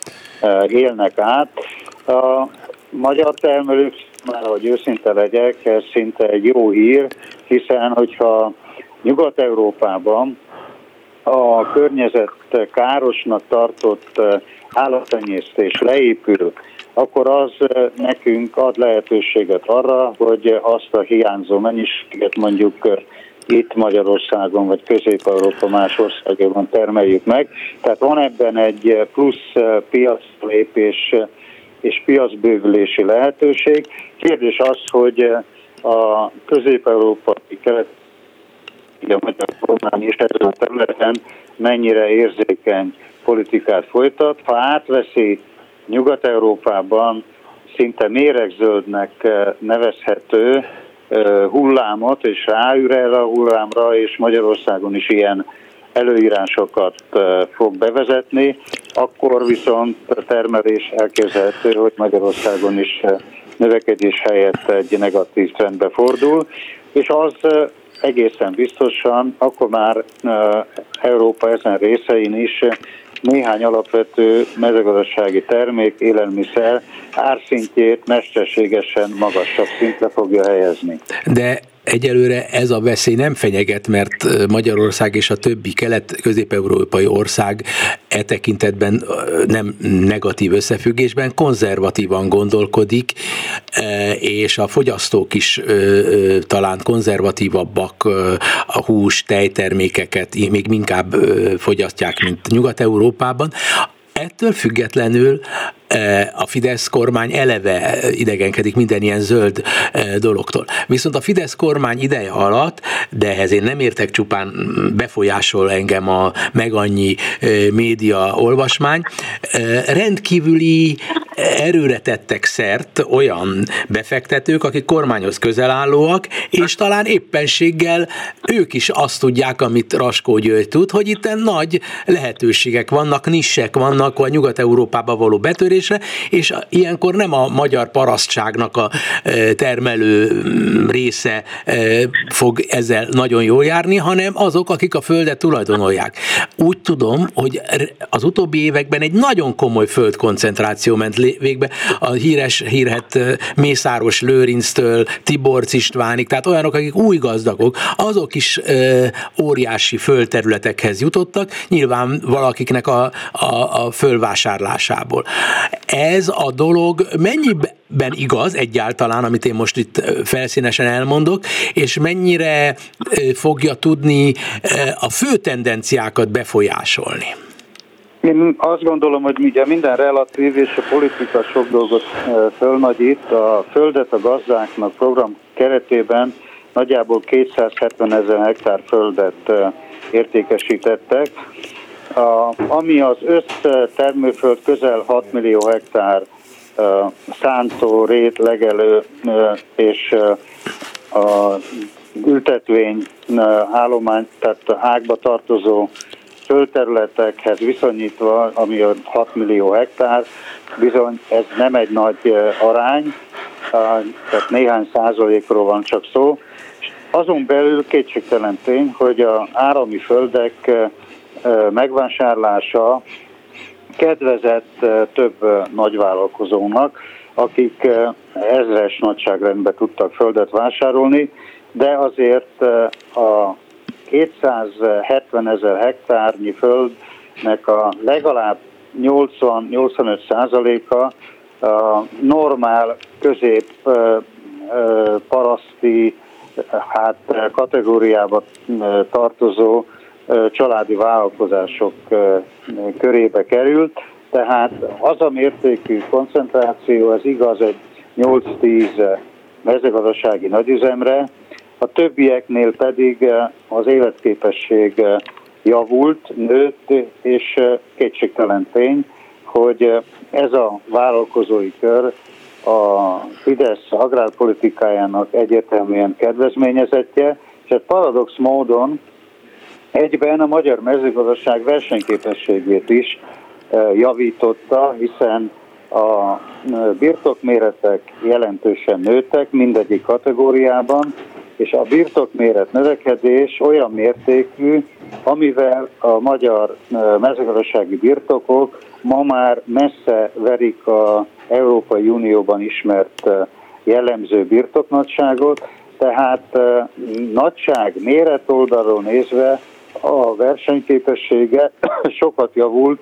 élnek át. A magyar termelők, már hogy őszinte legyek, ez szinte egy jó hír, hiszen hogyha Nyugat-Európában a környezet károsnak tartott állattenyésztés leépül, akkor az nekünk ad lehetőséget arra, hogy azt a hiányzó mennyiséget mondjuk itt Magyarországon vagy Közép-Európa más országokban termeljük meg. Tehát van ebben egy plusz piaclépés és piacbővülési lehetőség. Kérdés az, hogy a közép-európai kelet a magyar kormány is ezen a területen mennyire érzékeny politikát folytat. Ha átveszi Nyugat-Európában szinte méregzöldnek nevezhető hullámot, és ráül erre a hullámra, és Magyarországon is ilyen előírásokat fog bevezetni, akkor viszont a termelés elképzelhető, hogy Magyarországon is növekedés helyett egy negatív trendbe fordul, és az egészen biztosan akkor már Európa ezen részein is néhány alapvető mezőgazdasági termék, élelmiszer árszintjét mesterségesen magasabb szintre fogja helyezni. De egyelőre ez a veszély nem fenyeget, mert Magyarország és a többi kelet-közép-európai ország e tekintetben nem negatív összefüggésben, konzervatívan gondolkodik, és a fogyasztók is talán konzervatívabbak, a hús, tejtermékeket még inkább fogyasztják, mint Nyugat-Európában. Ettől függetlenül a Fidesz kormány eleve idegenkedik minden ilyen zöld dologtól. Viszont a Fidesz kormány ideje alatt, de ehhez én nem értek, csupán befolyásol engem a meg annyi média olvasmány, rendkívüli erőre tettek szert olyan befektetők, akik kormányhoz közel állóak, és talán éppenséggel ők is azt tudják, amit Raskó György tud, hogy itt nagy lehetőségek vannak, nissek vannak a Nyugat-Európába való betörésre, és ilyenkor nem a magyar parasztságnak a termelő része fog ezzel nagyon jól járni, hanem azok, akik a földet tulajdonolják. Úgy tudom, hogy az utóbbi években egy nagyon komoly földkoncentráció ment végbe, a hírhet Mészáros Lőrinctől Tiborcs Istvánig, tehát olyanok, akik új gazdagok, azok is óriási földterületekhez jutottak, nyilván valakiknek a fölvásárlásából. Ez a dolog mennyiben igaz egyáltalán, amit én most itt felszínesen elmondok, és mennyire fogja tudni a fő tendenciákat befolyásolni? Én azt gondolom, hogy ugye minden relatív, és a politika sok dolgot fölnagyít. A földet a gazdáknak program keretében nagyjából 270 000 hektár földet értékesítettek, ami az össztermőföld közel 6 millió hektár szántó, rét, legelő és a ültetvény állomány, tehát ágba tartozó földterületekhez viszonyítva, ami 6 millió hektár, bizony ez nem egy nagy arány, tehát néhány százalékról van csak szó. Azon belül kétségtelen tény, hogy az állami földek megvásárlása kedvezett több nagyvállalkozónak, akik ezres nagyságrendben tudtak földet vásárolni, de azért a 270 000 hektárnyi földnek a legalább 80-85%-a normál közép paraszti kategóriába tartozó családi vállalkozások körébe került, tehát az a mértékű koncentráció, ez igaz egy 8-10 mezőgazdasági nagyüzemre, a többieknél pedig az életképesség javult, nőtt, és kétségtelen tény, hogy ez a vállalkozói kör a Fidesz agrárpolitikájának egyértelműen kedvezményezettje, és paradox módon egyben a magyar mezőgazdaság versenyképességét is javította, hiszen a birtokméretek jelentősen nőttek mindegyik kategóriában, és a birtokméret növekedés olyan mértékű, amivel a magyar mezőgazdasági birtokok ma már messze verik az Európai Unióban ismert jellemző birtoknagyságot, tehát nagyság, méret oldalról nézve a versenyképessége sokat javult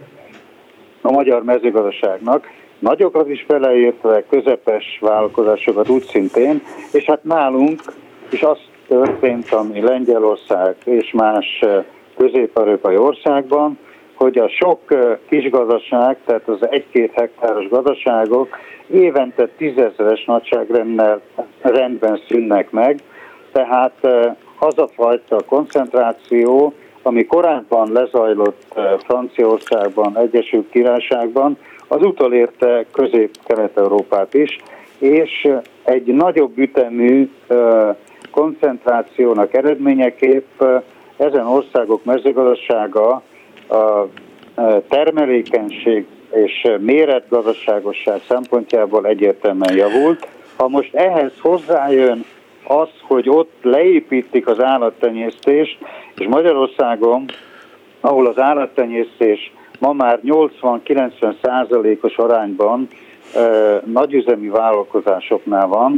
a magyar mezőgazdaságnak, nagyokat is beleértve, közepes vállalkozásokat úgy szintén, és hát nálunk is az történt, ami Lengyelország és más közép-európai országban, hogy a sok kisgazdaság, tehát az 1-2 hektáros gazdaságok évente 10 000-es nagyságrendben szűnnek meg, tehát az a fajta koncentráció, ami korábban lezajlott Franciaországban, Egyesült Királyságban, az utolérte Közép-Kelet-Európát is, és egy nagyobb ütemű koncentrációnak eredményeképp ezen országok mezőgazdasága a termelékenység és méretgazdaságosság szempontjából egyértelműen javult. Ha most ehhez hozzájön az, hogy ott leépítik az állattenyésztést, és Magyarországon, ahol az állattenyésztés ma már 80-90%-os arányban nagyüzemi vállalkozásoknál van,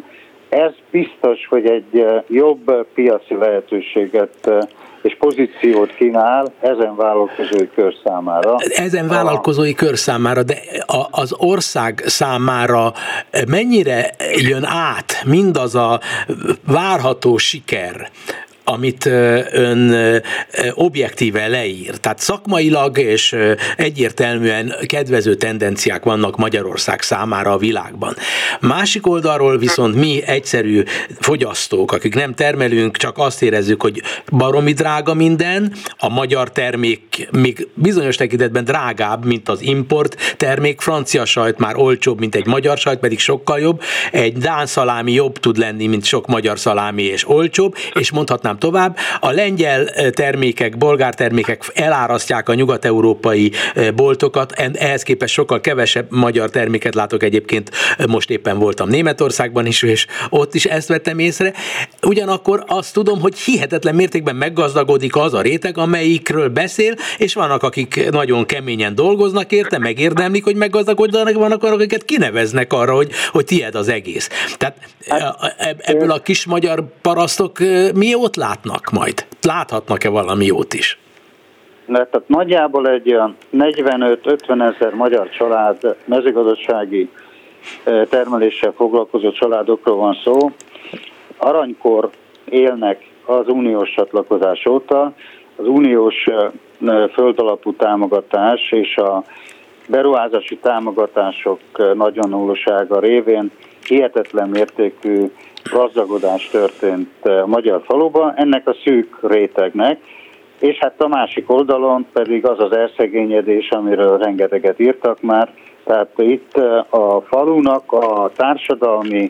Ez biztos, hogy egy jobb piaci lehetőséget és pozíciót kínál ezen vállalkozói kör számára. Ezen vállalkozói kör számára, de az ország számára mennyire jön át mindaz a várható siker, amit ön objektíve leír. Tehát szakmailag és egyértelműen kedvező tendenciák vannak Magyarország számára a világban. Másik oldalról viszont mi egyszerű fogyasztók, akik nem termelünk, csak azt érezzük, hogy baromi drága minden, a magyar termék még bizonyos tekintetben drágább, mint az import termék, francia sajt már olcsóbb, mint egy magyar sajt, pedig sokkal jobb, egy dán szalámi jobb tud lenni, mint sok magyar szalámi, és olcsóbb, és mondhatnám tovább. A lengyel termékek, bolgár termékek elárasztják a nyugat-európai boltokat, ehhez képest sokkal kevesebb magyar terméket látok egyébként, most éppen voltam Németországban is, és ott is ezt vettem észre. Ugyanakkor azt tudom, hogy hihetetlen mértékben meggazdagodik az a réteg, amelyikről beszél, és vannak, akik nagyon keményen dolgoznak érte, megérdemlik, hogy meggazdagodjanak, vannak, akiket kineveznek arra, hogy tied az egész. Tehát ebből a kis magyar parasztok mi jót látnak majd? Láthatnak-e valami jót is? Tehát nagyjából egy olyan 45-50 ezer magyar család, mezőgazdasági termeléssel foglalkozó családokról van szó. Aranykor élnek az uniós csatlakozás óta. Az uniós földalapú támogatás és a beruházási támogatások nagyvonalúsága révén hihetetlen mértékű gazdagodás történt a magyar faluban, ennek a szűk rétegnek, és hát a másik oldalon pedig az az elszegényedés, amiről rengeteget írtak már, tehát itt a falunak a társadalmi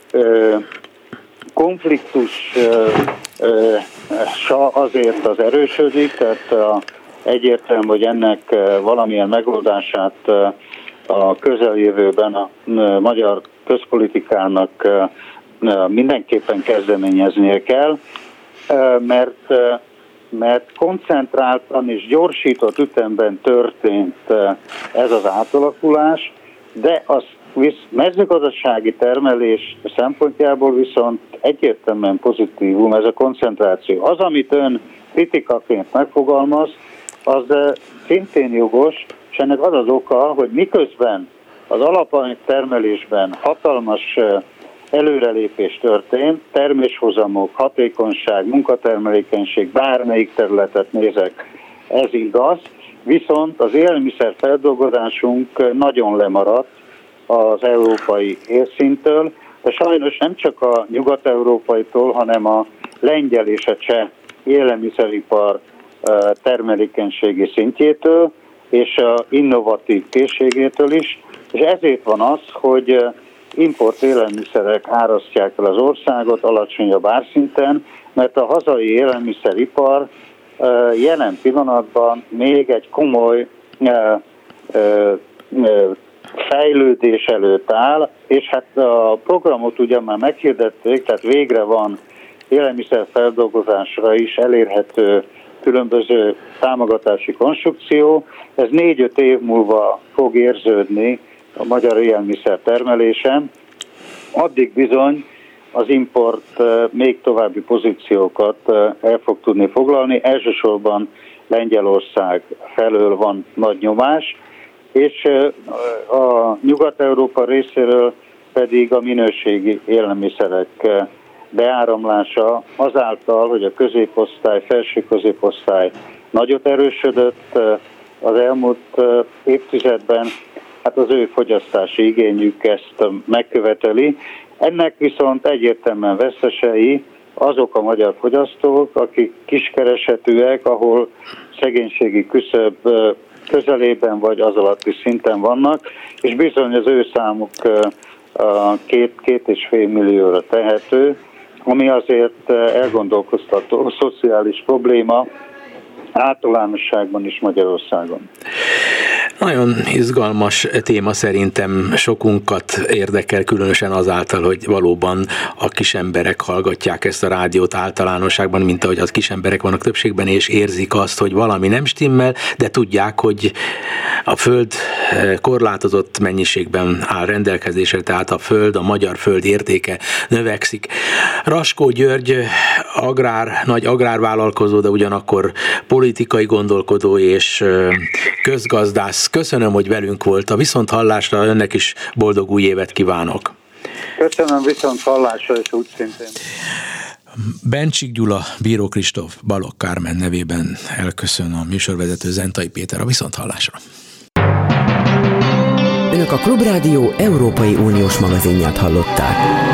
konfliktus azért az erősödik, tehát egyértelmű, hogy ennek valamilyen megoldását a közeljövőben a magyar közpolitikának mindenképpen kezdeményeznie kell, mert koncentráltan és gyorsított ütemben történt ez az átalakulás, de az mezőgazdasági termelés szempontjából viszont egyértelműen pozitívum ez a koncentráció. Az, amit ön kritikaként megfogalmaz, az szintén jogos, és ennek az az oka, hogy miközben az alapanyag termelésben hatalmas előrelépés történt, terméshozamok, hatékonyság, munkatermelékenység, bármelyik területet nézek, ez igaz, viszont az élelmiszerfeldolgozásunk nagyon lemaradt az európai élszintől, de sajnos nem csak a nyugat-európaitól, hanem a lengyel és a cseh élelmiszeripar termelékenységi szintjétől és a innovatív készségétől is, és ezért van az, hogy import élelmiszerek árasztják el az országot alacsonyabb árszinten, mert a hazai élelmiszeripar jelen pillanatban még egy komoly fejlődés előtt áll, és hát a programot ugyan már meghirdették, tehát végre van élelmiszerfeldolgozásra is elérhető különböző támogatási konstrukció. Ez 4-5 év múlva fog érződni a magyar élelmiszer termelésen. Addig bizony az import még további pozíciókat el fog tudni foglalni. Elsősorban Lengyelország felől van nagy nyomás, és a Nyugat-Európa részéről pedig a minőségi élelmiszerek beáramlása azáltal, hogy a középosztály, felső középosztály nagyot erősödött az elmúlt évtizedben, hát az ő fogyasztási igényük ezt megköveteli. Ennek viszont egyértelműen vesztesei azok a magyar fogyasztók, akik kiskeresetűek, ahol szegénységi küszöb közelében vagy az alatti szinten vannak, és bizony az ő számuk 2,5 millióra tehető, ami azért elgondolkoztató szociális probléma általánosságban is Magyarországon. Nagyon izgalmas téma, szerintem sokunkat érdekel, különösen azáltal, hogy valóban a kisemberek hallgatják ezt a rádiót általánosságban, mint ahogy az kisemberek vannak többségben, és érzik azt, hogy valami nem stimmel, de tudják, hogy a föld korlátozott mennyiségben áll rendelkezésre, tehát a föld, a magyar föld értéke növekszik. Raskó György nagy agrárvállalkozó, de ugyanakkor politikai gondolkodó és közgazdász. Köszönöm, hogy velünk volt. A viszonthallásra, önnek is boldog új évet kívánok. Köszönöm, viszonthallásra, és úgy szintén. Bencsik Gyula, Bíró Kristóf, Balogh Kármen nevében elköszön a műsorvezető Zentai Péter. A viszonthallásra. Önök a Klubrádió Európai Uniós magazinját hallották.